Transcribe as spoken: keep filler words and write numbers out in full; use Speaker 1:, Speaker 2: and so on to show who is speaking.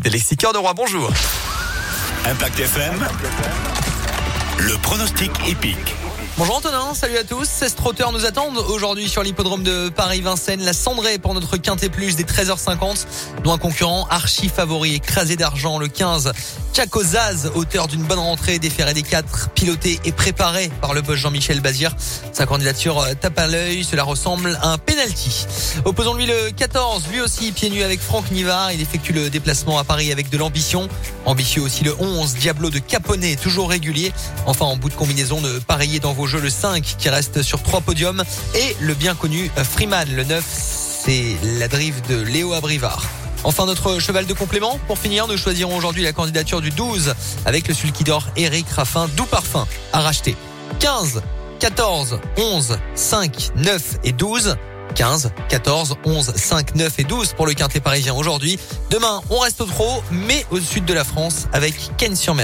Speaker 1: Alexis Cœur de Roi, bonjour.
Speaker 2: Impact F M, le pronostic épique.
Speaker 1: Bonjour Antonin, salut à tous. seize trotteurs nous attendent aujourd'hui sur l'hippodrome de Paris-Vincennes. La Cendrée pour notre Quintet Plus des treize heures cinquante, dont un concurrent archi favori écrasé d'argent, le quinze. Chaco Zaz, auteur d'une bonne rentrée, déféré des quatre, piloté et préparé par le boss Jean-Michel Bazir. Sa candidature tape à l'œil, cela ressemble à un penalty. Opposons-lui le quatorze, lui aussi pieds nus avec Franck Nivard. Il effectue le déplacement à Paris avec de l'ambition. Ambitieux aussi le onze, Diablo de Caponnet, toujours régulier. Enfin, en bout de combinaison, de parier dans vos jeux le cinq qui reste sur trois podiums et le bien connu Freeman, le neuf, c'est la drive de Léo Abrivard. Enfin, notre cheval de complément. Pour finir, nous choisirons aujourd'hui la candidature du douze avec le sulky d'or Eric Raffin, Doux Parfum à racheter. quinze, quatorze, onze, cinq, neuf et douze. quinze, quatorze, onze, cinq, neuf et douze pour le Quintet parisien aujourd'hui. Demain, on reste au trot, mais au sud de la France avec Ken sur Mer.